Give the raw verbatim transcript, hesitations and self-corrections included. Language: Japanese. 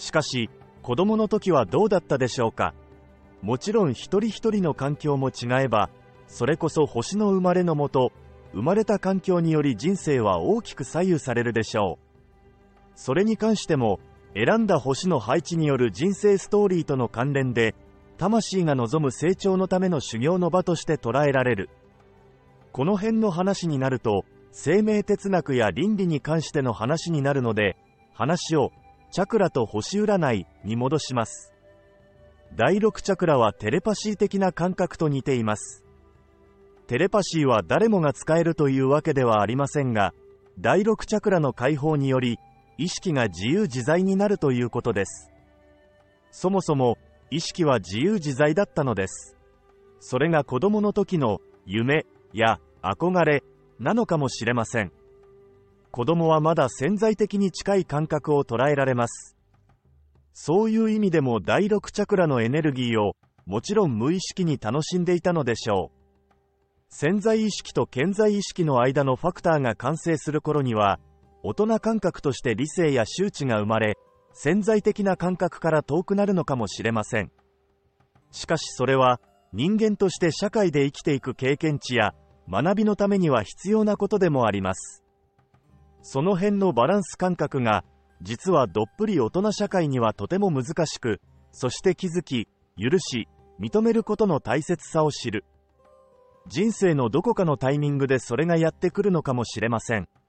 しかし、子供の時はどうだったでしょうか。もちろん一人一人の環境も違えば、それこそ星の生まれのもと、生まれた環境により人生は大きく左右されるでしょう。それに関しても、選んだ星の配置による人生ストーリーとの関連で、魂が望む成長のための修行の場として捉えられる。この辺の話になると、生命哲学や倫理に関しての話になるので、話をチャクラと星占いに戻します。だいろくチャクラはテレパシー的な感覚と似ています。テレパシーは誰もが使えるというわけではありませんが、だいろくチャクラの開放により、意識が自由自在になるということです。そもそも、意識は自由自在だったのです。それが子供の時の夢や憧れなのかもしれません。子供はまだ潜在的に近い感覚を捉えられます。そういう意味でもだいろくチャクラのエネルギーをもちろん無意識に楽しんでいたのでしょう。潜在意識と顕在意識の間のファクターが完成する頃には、大人感覚として理性や周知が生まれ、潜在的な感覚から遠くなるのかもしれません。しかしそれは人間として社会で生きていく経験値や学びのためには必要なことでもあります。その辺のバランス感覚が実はどっぷり大人社会にはとても難しく、そして気づき、許し、認めることの大切さを知る。人生のどこかのタイミングでそれがやってくるのかもしれません。